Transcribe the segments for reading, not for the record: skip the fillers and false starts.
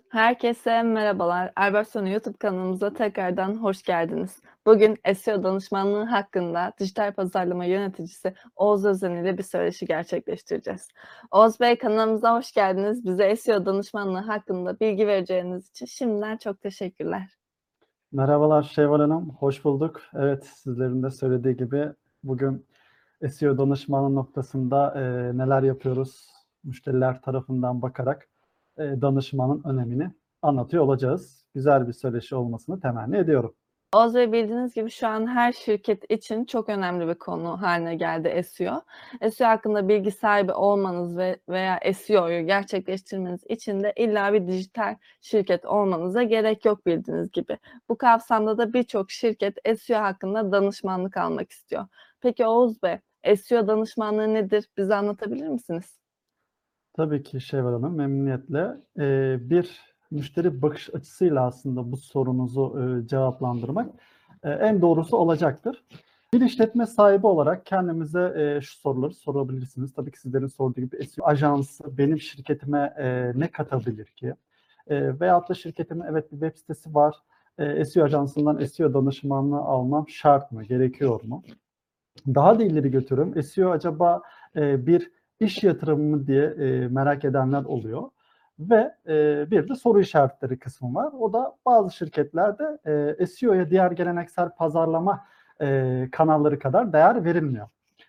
Herkese merhabalar. Albertsonu YouTube kanalımıza tekrardan hoş geldiniz. Bugün SEO danışmanlığı hakkında dijital pazarlama yöneticisi Oğuz Özen ile bir söyleşi gerçekleştireceğiz. Oğuz Bey, kanalımıza hoş geldiniz. Bize SEO danışmanlığı hakkında bilgi vereceğiniz için şimdiden çok teşekkürler. Merhabalar Şevval Hanım, hoş bulduk. Evet, sizlerin de söylediği gibi bugün SEO danışmanlığı noktasında neler yapıyoruz, müşteriler tarafından bakarak danışmanın önemini anlatıyor olacağız. Güzel bir söyleşi olmasını temenni ediyorum. Oğuz Bey, bildiğiniz gibi şu an her şirket için çok önemli bir konu haline geldi SEO. SEO hakkında bilgi sahibi olmanız veya SEO'yu gerçekleştirmeniz için de illa bir dijital şirket olmanıza gerek yok bildiğiniz gibi. Bu kapsamda da birçok şirket SEO hakkında danışmanlık almak istiyor. Peki Oğuz Bey, SEO danışmanlığı nedir? Bize anlatabilir misiniz? Tabii ki Şevval Hanım, memnuniyetle. Bir müşteri bakış açısıyla aslında bu sorunuzu cevaplandırmak en doğrusu olacaktır. Bir işletme sahibi olarak kendimize şu soruları sorabilirsiniz. Tabii ki sizlerin sorduğu gibi SEO ajansı benim şirketime ne katabilir ki? Veyahut da şirketimin evet bir web sitesi var. SEO ajansından SEO danışmanlığı almam şart mı? Gerekiyor mu? Daha da ileri götürüyorum. SEO acaba bir iş yatırımı mı diye merak edenler oluyor. Ve bir de soru işaretleri kısmı var. O da bazı şirketlerde SEO'ya diğer geleneksel pazarlama kanalları kadar değer verilmiyor.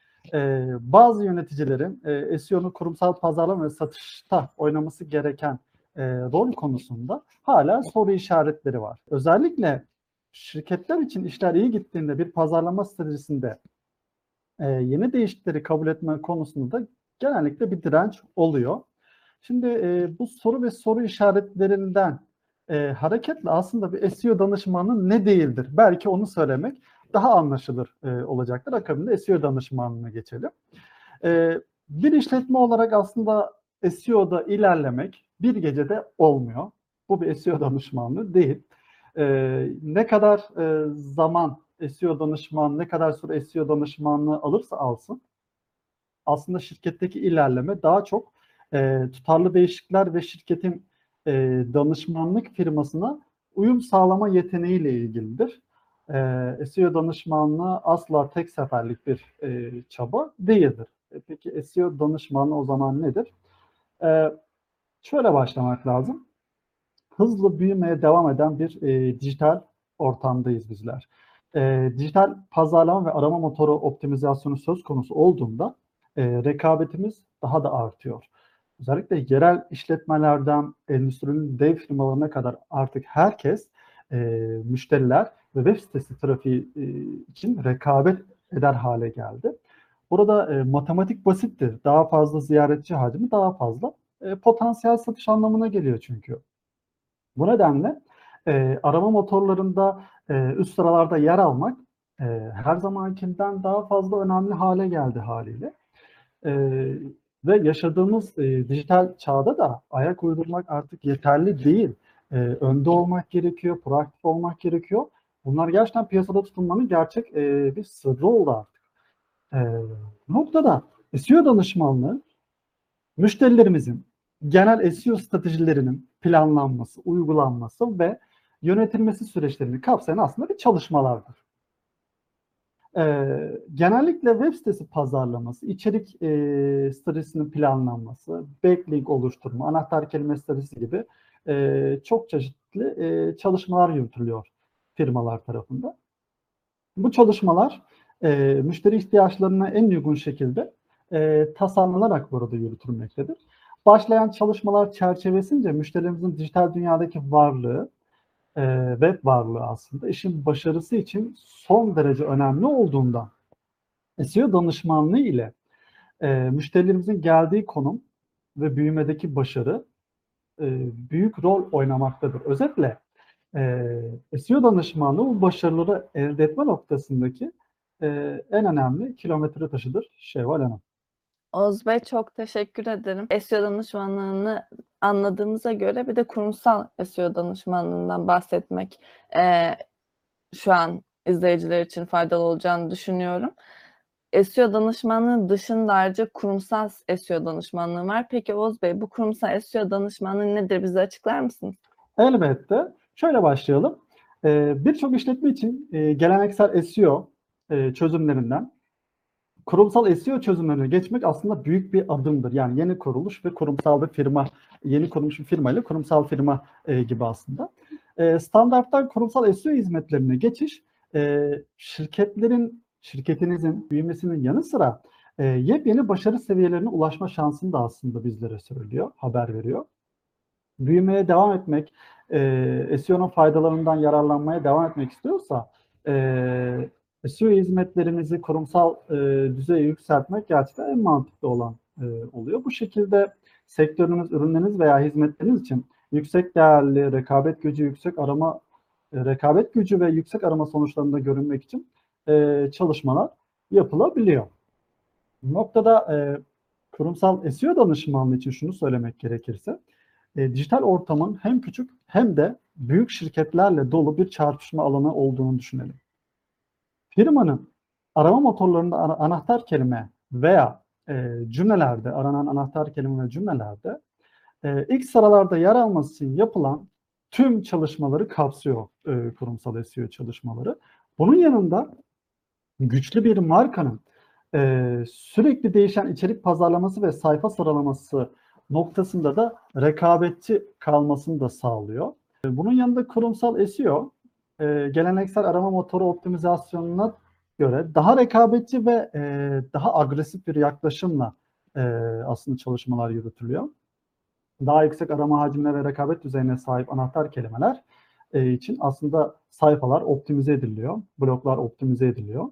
Bazı yöneticilerin SEO'nun kurumsal pazarlama ve satışta oynaması gereken rol konusunda hala soru işaretleri var. Özellikle şirketler için işler iyi gittiğinde bir pazarlama stratejisinde yeni değişiklikleri kabul etme konusunda da genellikle bir direnç oluyor. Şimdi bu soru ve soru işaretlerinden hareketle aslında bir SEO danışmanı ne değildir? Belki onu söylemek daha anlaşılır olacaktır. Akabinde SEO danışmanlığına geçelim. Bir işletme olarak aslında SEO'da ilerlemek bir gecede olmuyor. Bu bir SEO danışmanlığı değil. Ne kadar zaman SEO danışmanlığı, ne kadar süre SEO danışmanlığı alırsa alsın, aslında şirketteki ilerleme daha çok tutarlı değişiklikler ve şirketin danışmanlık firmasına uyum sağlama yeteneğiyle ilgilidir. SEO danışmanlığı asla tek seferlik bir çaba değildir. Peki SEO danışmanlığı o zaman nedir? E, Şöyle başlamak lazım. Hızlı büyümeye devam eden bir dijital ortamdayız bizler. Dijital pazarlama ve arama motoru optimizasyonu söz konusu olduğunda rekabetimiz daha da artıyor. Özellikle yerel işletmelerden endüstrinin dev firmalarına kadar artık herkes e, müşteriler ve web sitesi trafiği için rekabet eder hale geldi. Burada matematik basittir. Daha fazla ziyaretçi hacmi daha fazla potansiyel satış anlamına geliyor çünkü. Bu nedenle arama motorlarında üst sıralarda yer almak her zamankinden daha fazla önemli hale geldi haliyle. E, Ve yaşadığımız dijital çağda da ayak uydurmak artık yeterli değil. Önde olmak gerekiyor, proaktif olmak gerekiyor. Bunlar gerçekten piyasada tutunmanın gerçek bir sırrı oldu artık. E, Bu noktada SEO danışmanlığı müşterilerimizin genel SEO stratejilerinin planlanması, uygulanması ve yönetilmesi süreçlerini kapsayan aslında bir çalışmalardır. Genellikle web sitesi pazarlaması, içerik stratejisinin planlanması, backlink oluşturma, anahtar kelime stratejisi gibi çok çeşitli çalışmalar yürütülüyor firmalar tarafından. Bu çalışmalar müşteri ihtiyaçlarına en uygun şekilde tasarlanarak burada yürütülmektedir. Başlayan çalışmalar çerçevesince müşterilerimizin dijital dünyadaki varlığı, web varlığı aslında işin başarısı için son derece önemli olduğundan SEO danışmanlığı ile müşterilerimizin geldiği konum ve büyümedeki başarı büyük rol oynamaktadır. Özetle SEO danışmanlığı bu başarıları elde etme noktasındaki en önemli kilometre taşıdır Şevval Hanım. Oğuz Bey, çok teşekkür ederim. SEO danışmanlığını anladığımıza göre bir de kurumsal SEO danışmanlığından bahsetmek şu an izleyiciler için faydalı olacağını düşünüyorum. SEO danışmanlığı dışında ayrıca kurumsal SEO danışmanlığı var. Peki Oğuz Bey, bu kurumsal SEO danışmanlığı nedir? Bize açıklar mısınız? Elbette. Şöyle başlayalım. Birçok işletme için geleneksel SEO çözümlerinden kurumsal SEO çözümlerine geçmek aslında büyük bir adımdır. Yani yeni kuruluş ve kurumsal bir firma, yeni kurulmuş bir firma ile kurumsal firma gibi aslında. Standarttan kurumsal SEO hizmetlerine geçiş, şirketinizin büyümesinin yanı sıra yepyeni başarı seviyelerine ulaşma şansını da aslında bizlere söylüyor, haber veriyor. Büyümeye devam etmek, SEO'nun faydalarından yararlanmaya devam etmek istiyorsa SEO hizmetlerinizi kurumsal düzeye yükseltmek gerçekten en mantıklı olan oluyor. Bu şekilde sektörünüz, ürünleriniz veya hizmetleriniz için yüksek değerli, rekabet gücü ve yüksek arama sonuçlarında görünmek için çalışmalar yapılabiliyor. Bu noktada kurumsal SEO danışmanlığı için şunu söylemek gerekirse, dijital ortamın hem küçük hem de büyük şirketlerle dolu bir çarpışma alanı olduğunu düşünelim. Firmanın arama motorlarında anahtar kelime veya cümlelerde, aranan anahtar kelime ve cümlelerde ilk sıralarda yer alması için yapılan tüm çalışmaları kapsıyor kurumsal SEO çalışmaları. Bunun yanında güçlü bir markanın sürekli değişen içerik pazarlaması ve sayfa sıralaması noktasında da rekabetçi kalmasını da sağlıyor. Bunun yanında kurumsal SEO geleneksel arama motoru optimizasyonuna göre daha rekabetçi ve daha agresif bir yaklaşımla aslında çalışmalar yürütülüyor. Daha yüksek arama hacmine ve rekabet düzeyine sahip anahtar kelimeler için aslında sayfalar optimize ediliyor, bloklar optimize ediliyor.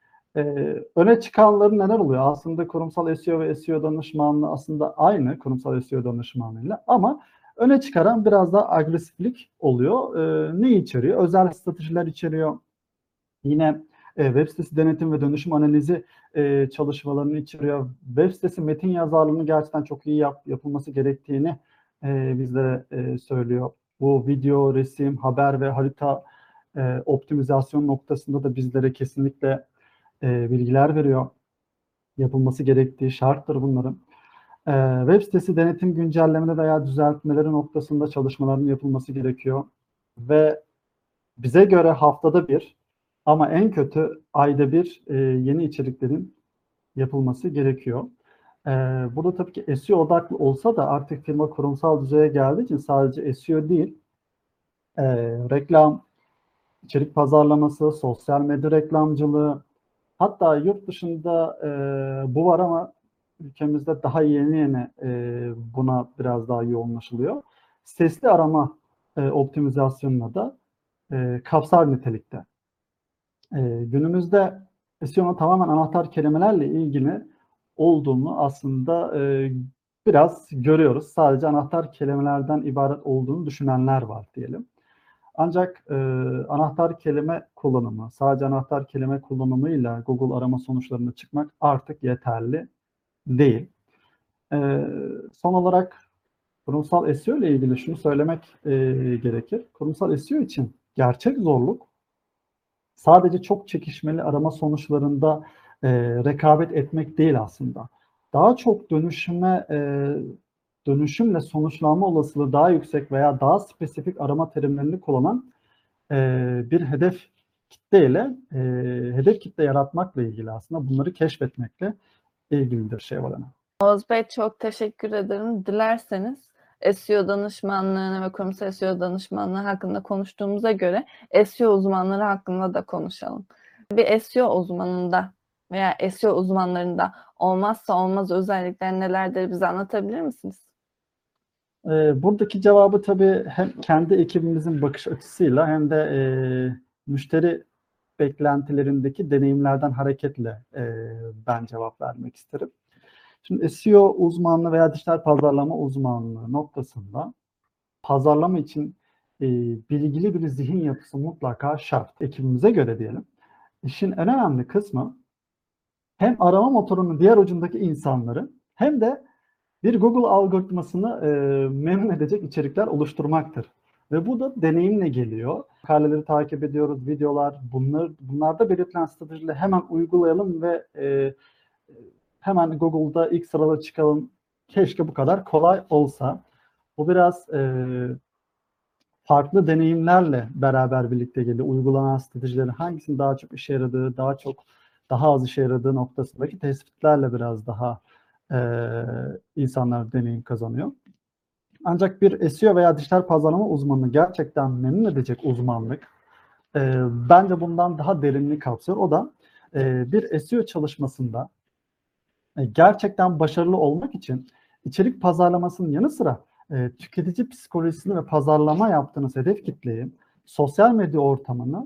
Öne çıkanları neler oluyor? Aslında kurumsal SEO ve SEO danışmanlığı aslında aynı kurumsal SEO danışmanlığıyla ama öne çıkaran biraz daha agresiflik oluyor. Ne içeriyor? Özel stratejiler içeriyor. Yine web sitesi denetim ve dönüşüm analizi çalışmalarını içeriyor. Web sitesi metin yazarlığını gerçekten çok iyi yapılması gerektiğini bizlere söylüyor. Bu video, resim, haber ve harita optimizasyon noktasında da bizlere kesinlikle bilgiler veriyor. Yapılması gerektiği şarttır bunların. Web sitesi denetim güncellemeleri veya düzeltmeleri noktasında çalışmaların yapılması gerekiyor. Ve bize göre haftada bir ama en kötü ayda bir yeni içeriklerin yapılması gerekiyor. Burada tabii ki SEO odaklı olsa da artık firma kurumsal düzeye geldiği için sadece SEO değil, reklam, içerik pazarlaması, sosyal medya reklamcılığı, hatta yurt dışında bu var ama ülkemizde daha yeni buna biraz daha yoğunlaşılıyor. Sesli arama optimizasyonuna da kapsar nitelikte. Günümüzde SEO'nun tamamen anahtar kelimelerle ilgili olduğunu aslında biraz görüyoruz. Sadece anahtar kelimelerden ibaret olduğunu düşünenler var diyelim. Ancak anahtar kelime kullanımı, sadece anahtar kelime kullanımıyla Google arama sonuçlarına çıkmak artık yeterli değil. Son olarak kurumsal SEO ile ilgili şunu söylemek gerekir. Kurumsal SEO için gerçek zorluk sadece çok çekişmeli arama sonuçlarında rekabet etmek değil aslında. Daha çok dönüşümle sonuçlanma olasılığı daha yüksek veya daha spesifik arama terimlerini kullanan bir hedef kitle yaratmakla ilgili aslında bunları keşfetmekle ilgilidir Şevval Hanım. Oğuz Bey çok teşekkür ederim. Dilerseniz SEO danışmanlığını ve kurumsal SEO danışmanlığı hakkında konuştuğumuza göre SEO uzmanları hakkında da konuşalım. Bir SEO uzmanında veya SEO uzmanlarında olmazsa olmaz özellikler nelerdir bize anlatabilir misiniz? Buradaki cevabı tabii hem kendi ekibimizin bakış açısıyla hem de müşteri beklentilerindeki deneyimlerden hareketle ben cevap vermek isterim. Şimdi SEO uzmanlığı veya dijital pazarlama uzmanlığı noktasında pazarlama için bilgili bir zihin yapısı mutlaka şart. Ekibimize göre diyelim. İşin en önemli kısmı hem arama motorunun diğer ucundaki insanları hem de bir Google algoritmasını memnun edecek içerikler oluşturmaktır. Ve bu da deneyimle geliyor. Makaleleri takip ediyoruz, videolar, bunlarda belirtilen stratejileri hemen uygulayalım ve hemen Google'da ilk sırada çıkalım. Keşke bu kadar kolay olsa. Bu biraz farklı deneyimlerle beraber birlikte geliyor. Uygulanan stratejilerin hangisinin daha çok işe yaradığı, daha az işe yaradığı noktasındaki tespitlerle biraz daha insanlar deneyim kazanıyor. Ancak bir SEO veya dijital pazarlama uzmanını gerçekten memnun edecek uzmanlık bence bundan daha derinini kapsıyor. O da bir SEO çalışmasında gerçekten başarılı olmak için içerik pazarlamasının yanı sıra tüketici psikolojisini ve pazarlama yaptığınız hedef kitleyi, sosyal medya ortamını,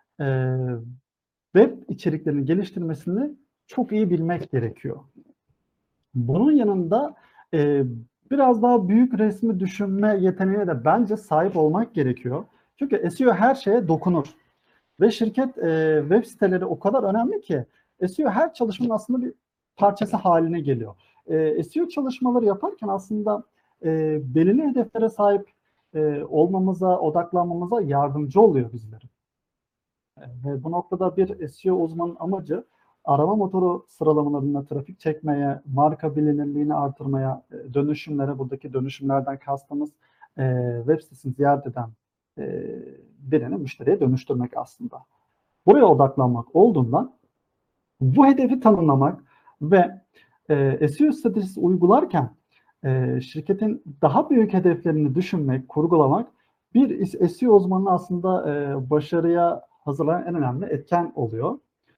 web içeriklerini geliştirmesini çok iyi bilmek gerekiyor. Bunun yanında biraz daha büyük resmi düşünme yeteneğine de bence sahip olmak gerekiyor. Çünkü SEO her şeye dokunur. Ve şirket web siteleri o kadar önemli ki SEO her çalışmanın aslında bir parçası haline geliyor. SEO çalışmaları yaparken aslında belirli hedeflere sahip olmamıza, odaklanmamıza yardımcı oluyor bizlere. Ve bu noktada bir SEO uzmanın amacı arama motoru sıralamalarında trafik çekmeye, marka bilinirliğini artırmaya, dönüşümlere, buradaki dönüşümlerden kastımız web sitesini ziyaret eden birini müşteriye dönüştürmek aslında. Buraya odaklanmak olduğundan bu hedefi tanımlamak ve SEO stratejisi uygularken şirketin daha büyük hedeflerini düşünmek, kurgulamak bir SEO uzmanının aslında başarıya hazırlayan en önemli etken oluyor.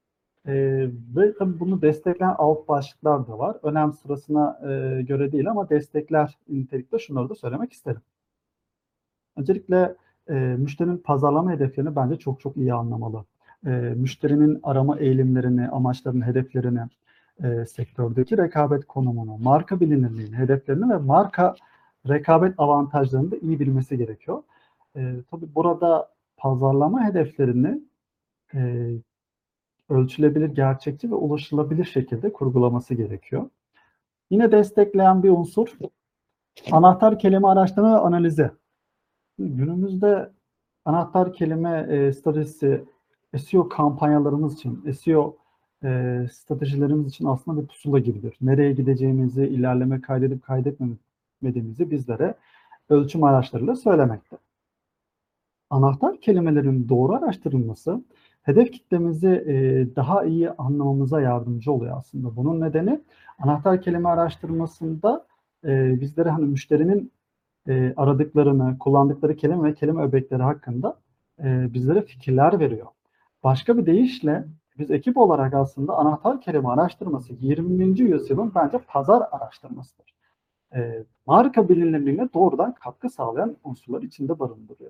Ve tabii bunu destekleyen alt başlıklar da var. Önem sırasına göre değil ama destekler nitelikte şunları da söylemek isterim. Öncelikle müşterinin pazarlama hedeflerini bence çok çok iyi anlamalı. Müşterinin arama eğilimlerini, amaçlarını, hedeflerini, sektördeki rekabet konumunu, marka bilinirliğini, hedeflerini ve marka rekabet avantajlarını da iyi bilmesi gerekiyor. Tabii burada pazarlama hedeflerini ölçülebilir, gerçekçi ve ulaşılabilir şekilde kurgulaması gerekiyor. Yine destekleyen bir unsur anahtar kelime araştırma ve analizi. Günümüzde anahtar kelime stratejisi SEO kampanyalarımız için, SEO stratejilerimiz için aslında bir pusula gibidir. Nereye gideceğimizi, ilerleme kaydedip kaydetmediğimizi bizlere ölçüm araçlarıyla söylemekte. Anahtar kelimelerin doğru araştırılması hedef kitlemizi daha iyi anlamamıza yardımcı oluyor aslında. Bunun nedeni anahtar kelime araştırmasında bizlere hani müşterinin aradıklarını, kullandıkları kelime ve kelime öbekleri hakkında bizlere fikirler veriyor. Başka bir deyişle biz ekip olarak aslında anahtar kelime araştırması 20. yüzyılın bence pazar araştırmasıdır. Marka bilinirliğine doğrudan katkı sağlayan unsurlar içinde barındırıyor.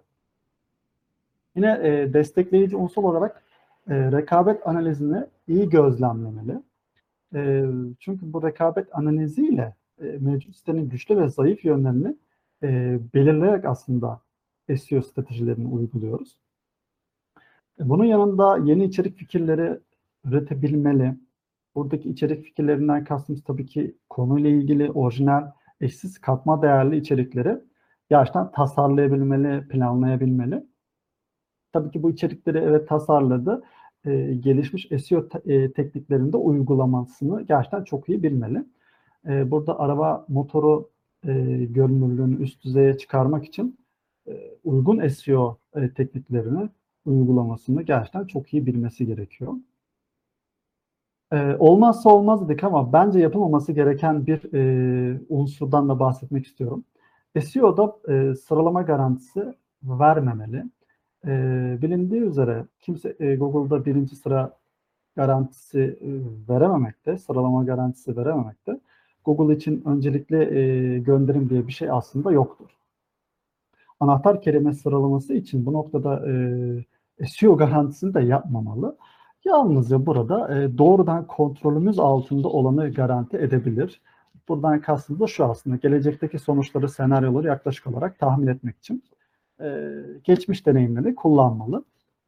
Yine destekleyici unsur olarak rekabet analizini iyi gözlemlemeli. Çünkü bu rekabet analiziyle mevcut sitenin güçlü ve zayıf yönlerini belirleyerek aslında SEO stratejilerini uyguluyoruz. Bunun yanında yeni içerik fikirleri üretebilmeli. Buradaki içerik fikirlerinden kastımız tabii ki konuyla ilgili orijinal, eşsiz, katma değerli içerikleri gerçekten tasarlayabilmeli, planlayabilmeli. Tabii ki bu içerikleri evet tasarladı. Gelişmiş SEO tekniklerinde uygulamasını gerçekten çok iyi bilmeli. Burada araba motoru görünürlüğünü üst düzeye çıkarmak için uygun SEO tekniklerini uygulamasını gerçekten çok iyi bilmesi gerekiyor. Olmazsa olmaz dedik ama bence yapılmaması gereken bir unsurdan da bahsetmek istiyorum. SEO'da sıralama garantisi vermemeli. Bilindiği üzere kimse Google'da birinci sıra garantisi verememekte, sıralama garantisi verememekte. Google için öncelikle gönderim diye bir şey aslında yoktur. Anahtar kelime sıralaması için bu noktada SEO garantisini de yapmamalı. Yalnızca burada doğrudan kontrolümüz altında olanı garanti edebilir. Buradan kastım da şu aslında, gelecekteki sonuçları, senaryoları yaklaşık olarak tahmin etmek için geçmiş deneyimleri kullanmalı.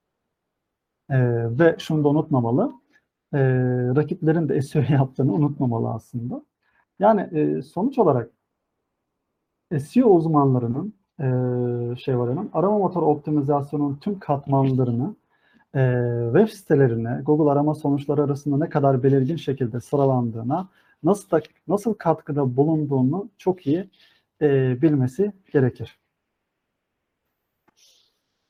Ve şunu da unutmamalı, rakiplerin de SEO yaptığını unutmamalı aslında. Yani sonuç olarak SEO uzmanlarının arama motoru optimizasyonunun tüm katmanlarını web sitelerine Google arama sonuçları arasında ne kadar belirgin şekilde sıralandığına, nasıl katkıda bulunduğunu çok iyi bilmesi gerekir.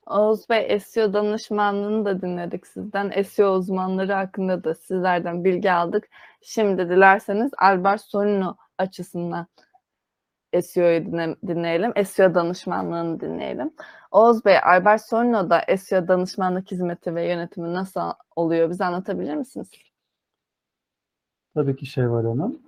Oğuz Bey, SEO danışmanlığını da dinledik sizden. SEO uzmanları hakkında da sizlerden bilgi aldık. Şimdi dilerseniz Albert Sorino açısından SEO'yu dinleyelim. SEO danışmanlığını dinleyelim. Oğuz Bey, Albert Sorino'da SEO danışmanlık hizmeti ve yönetimi nasıl oluyor? Bize anlatabilir misiniz? Tabii ki Şevval Hanım.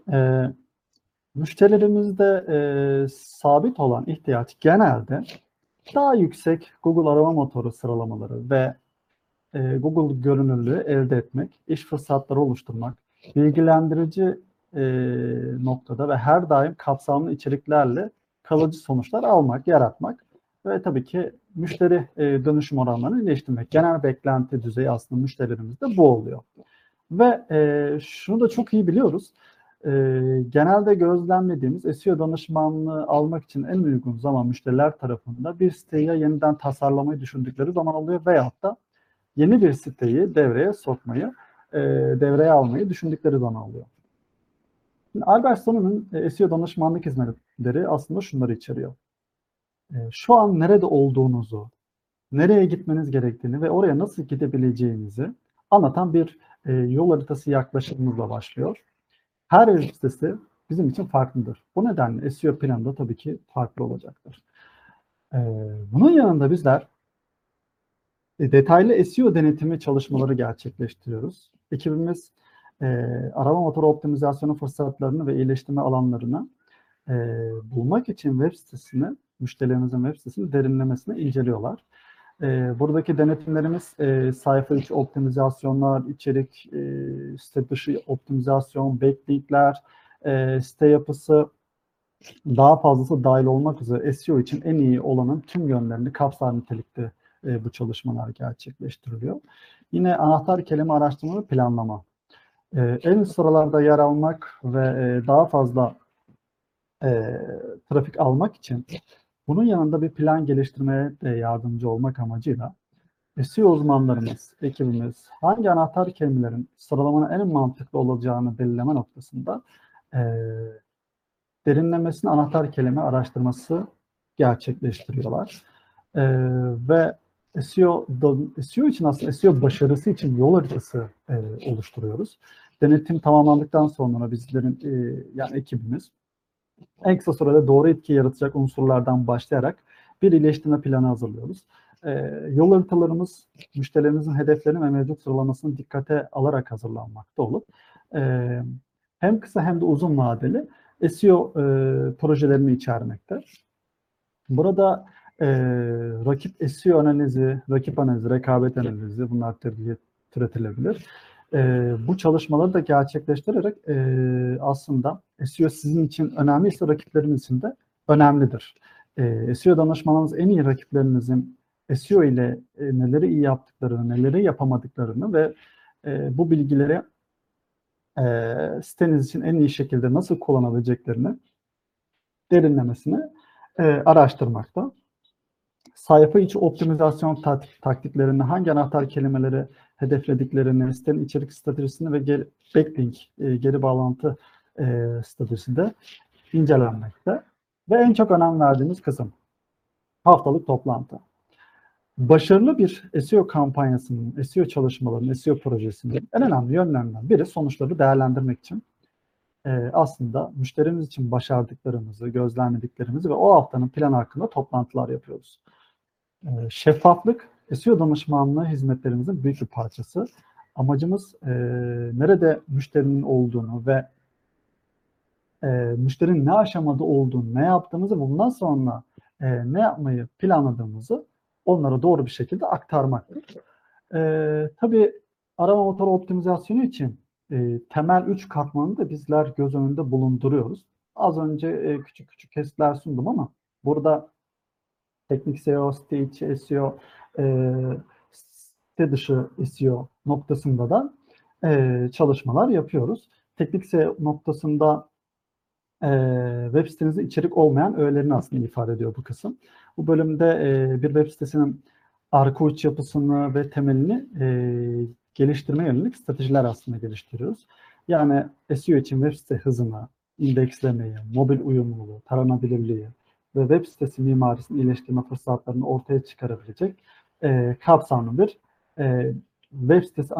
Müşterilerimizde sabit olan ihtiyaç genelde daha yüksek Google arama motoru sıralamaları ve Google görünürlüğü elde etmek, iş fırsatları oluşturmak, bilgilendirici noktada ve her daim kapsamlı içeriklerle kalıcı sonuçlar almak, yaratmak ve tabii ki müşteri dönüşüm oranlarını iyileştirmek. Genel beklenti düzeyi aslında müşterilerimizde bu oluyor. Ve şunu da çok iyi biliyoruz. Genelde gözlemlediğimiz SEO danışmanlığı almak için en uygun zaman müşteriler tarafında bir siteyi yeniden tasarlamayı düşündükleri zaman oluyor veyahut da yeni bir siteyi devreye sokmayı, devreye almayı düşündükleri zaman oluyor. Şimdi Albert Sorino'nun SEO danışmanlık hizmetleri aslında şunları içeriyor. Şu an nerede olduğunuzu, nereye gitmeniz gerektiğini ve oraya nasıl gidebileceğinizi anlatan bir yol haritası yaklaşımımızla başlıyor. Her web sitesi bizim için farklıdır. Bu nedenle SEO planı da tabii ki farklı olacaktır. Bunun yanında bizler detaylı SEO denetimi çalışmaları gerçekleştiriyoruz. Ekibimiz arama motoru optimizasyonu fırsatlarını ve iyileştirme alanlarını bulmak için web sitesini, müşterilerimizin web sitesini derinlemesine inceliyorlar. Buradaki denetimlerimiz sayfa içi optimizasyonlar, içerik, site dışı optimizasyon, backlinkler, site yapısı, daha fazlası dahil olmak üzere SEO için en iyi olanın tüm yönlerini kapsar nitelikte bu çalışmalar gerçekleştiriliyor. Yine anahtar kelime araştırma ve planlama. En üst sıralarda yer almak ve daha fazla trafik almak için bunun yanında bir plan geliştirmeye de yardımcı olmak amacıyla SEO uzmanlarımız, ekibimiz hangi anahtar kelimelerin sıralamanın en mantıklı olacağını belirleme noktasında derinlemesine anahtar kelime araştırması gerçekleştiriyorlar. Ve SEO için aslında SEO başarısı için yol haritası oluşturuyoruz. Denetim tamamlandıktan sonra bizlerin yani ekibimiz en kısa sürede doğru etki yaratacak unsurlardan başlayarak bir iyileştirme planı hazırlıyoruz. Yol haritalarımız müşterilerimizin hedeflerini ve mevcut sıralamasını dikkate alarak hazırlanmakta olup hem kısa hem de uzun vadeli SEO projelerini içermekte. Burada rakip SEO analizi, rakip analizi, rekabet analizi bunlar türetilebilir. Bu çalışmaları da gerçekleştirerek aslında SEO sizin için önemliyse rakipleriniz için de önemlidir. SEO danışmanınız en iyi rakiplerinizin SEO ile neleri iyi yaptıklarını, neleri yapamadıklarını ve bu bilgileri siteniz için en iyi şekilde nasıl kullanabileceklerini derinlemesine araştırmakta. Sayfa içi optimizasyon taktiklerini, hangi anahtar kelimeleri hedeflediklerini, sitenin içerik stratejisini ve backlink, geri bağlantı stratejisi de incelenmekte. Ve en çok önem verdiğimiz kısım haftalık toplantı. Başarılı bir SEO kampanyasının, SEO çalışmalarının, SEO projesinin en önemli yönlerinden biri sonuçları değerlendirmek için aslında müşterimiz için başardıklarımızı, gözlemlediklerimizi ve o haftanın planı hakkında toplantılar yapıyoruz. Şeffaflık, SEO danışmanlığı hizmetlerimizin büyük bir parçası. Amacımız nerede müşterinin olduğunu ve müşterinin ne aşamada olduğunu, ne yaptığımızı, bundan sonra ne yapmayı planladığımızı onlara doğru bir şekilde aktarmaktır. Tabii arama motoru optimizasyonu için temel 3 katmanı da bizler göz önünde bulunduruyoruz. Az önce küçük küçük kesitler sundum ama burada teknik SEO, site içi SEO, site dışı SEO noktasında da çalışmalar yapıyoruz. Teknik SEO noktasında web sitenizde içerik olmayan öğelerini aslında ifade ediyor bu kısım. Bu bölümde bir web sitesinin arka uç yapısını ve temelini geliştirmeye yönelik stratejiler aslında geliştiriyoruz. Yani SEO için web site hızını, indekslemeyi, mobil uyumluluğu, taranabilirliği ve web sitesi mimarisini iyileştirme fırsatlarını ortaya çıkarabilecek kapsamlı bir web sitesi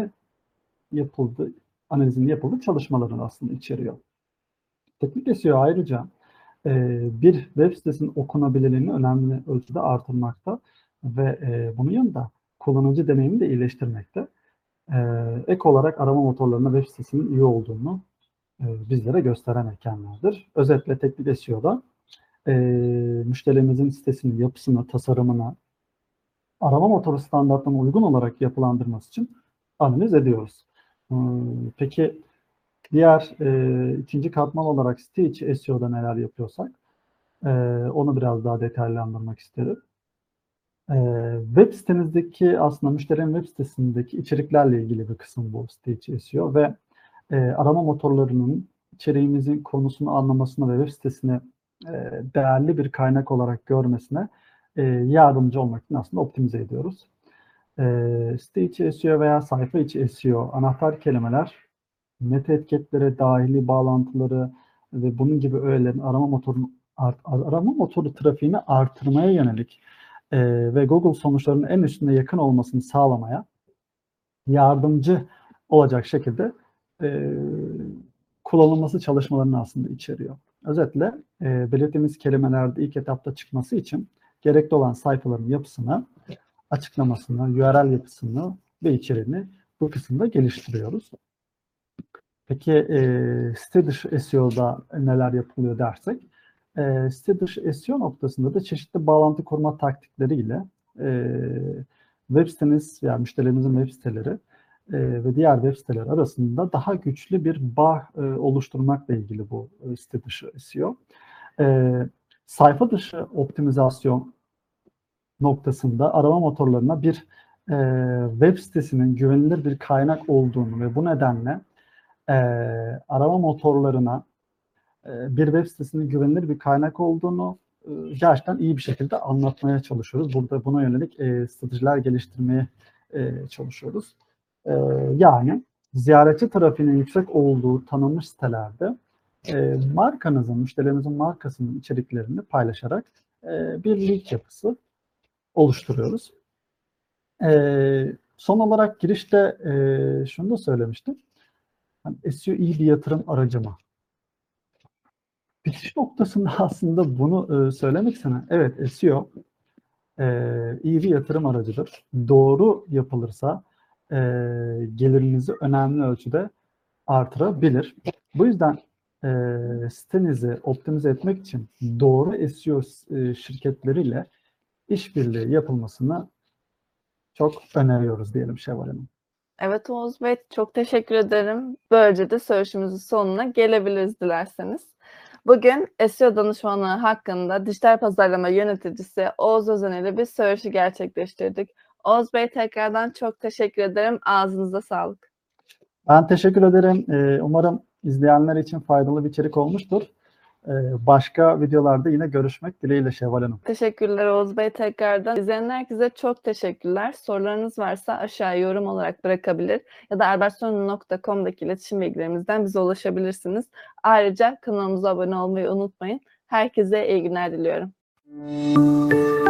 analizinin yapıldığı çalışmalarını aslında içeriyor. Teknik SEO ayrıca bir web sitesinin okunabilirliğini önemli ölçüde artırmakta ve bunun yanında kullanıcı deneyimini de iyileştirmekte. Ek olarak arama motorlarına web sitesinin iyi olduğunu bizlere gösteren etkenlerdir. Özetle teknik SEO'da müşterimizin sitesinin yapısını, tasarımını arama motoru standartlarına uygun olarak yapılandırması için analiz ediyoruz. Peki diğer ikinci katman olarak site içi SEO'da neler yapıyorsak onu biraz daha detaylandırmak isterim. Web sitenizdeki aslında müşterinin web sitesindeki içeriklerle ilgili bir kısım bu site içi SEO ve arama motorlarının içeriğimizin konusunu anlamasına ve web sitesini değerli bir kaynak olarak görmesine yardımcı olmak için aslında optimize ediyoruz. Site içi SEO veya sayfa içi SEO, anahtar kelimeler, meta etiketlere, dahili bağlantıları ve bunun gibi öğelerin arama motoru trafiğini artırmaya yönelik ve Google sonuçlarının en üstüne yakın olmasını sağlamaya yardımcı olacak şekilde kullanılması çalışmalarını aslında içeriyor. Özetle belirttiğimiz kelimelerde ilk etapta çıkması için gerekli olan sayfaların yapısını, açıklamasını, URL yapısını ve içeriğini bu kısımda geliştiriyoruz. Peki site dışı SEO'da neler yapılıyor dersek, site dışı SEO noktasında da çeşitli bağlantı kurma taktikleriyle web siteniz veya müşterilerimizin web siteleri ve diğer web siteler arasında daha güçlü bir bağ oluşturmakla ilgili bu site dışı SEO. Sayfa dışı optimizasyon noktasında arama motorlarına bir web sitesinin güvenilir bir kaynak olduğunu ve bu nedenle arama motorlarına bir web sitesinin güvenilir bir kaynak olduğunu gerçekten iyi bir şekilde anlatmaya çalışıyoruz. Burada buna yönelik stratejiler geliştirmeye çalışıyoruz. Yani ziyaretçi trafiğinin yüksek olduğu tanınmış sitelerde markanızın, müşterimizin markasının içeriklerini paylaşarak bir link yapısı oluşturuyoruz. Son olarak girişte şunu da söylemiştim. Yani SEO iyi bir yatırım aracı mı? Bitiş noktasında aslında bunu söylemek sana. Evet, SEO iyi bir yatırım aracıdır. Doğru yapılırsa gelirinizi önemli ölçüde artırabilir. Bu yüzden sitenizi optimize etmek için doğru SEO şirketleriyle işbirliği yapılmasını çok öneriyoruz diyelim Şevval Hanım. Evet Oğuz Bey, çok teşekkür ederim. Böylece de söyleşimizin sonuna gelebiliriz dilerseniz. Bugün SEO danışmanlığı hakkında dijital pazarlama yöneticisi Oğuz Özen ile bir söyleşi gerçekleştirdik. Oğuz Bey, tekrardan çok teşekkür ederim. Ağzınıza sağlık. Ben teşekkür ederim. Umarım izleyenler için faydalı bir içerik olmuştur. Başka videolarda yine görüşmek dileğiyle Şevval Hanım. Teşekkürler Oğuz Bey tekrardan. İzleyen herkese çok teşekkürler. Sorularınız varsa aşağıya yorum olarak bırakabilir ya da albertsonu.com'daki iletişim bilgilerimizden bize ulaşabilirsiniz. Ayrıca kanalımıza abone olmayı unutmayın. Herkese iyi günler diliyorum.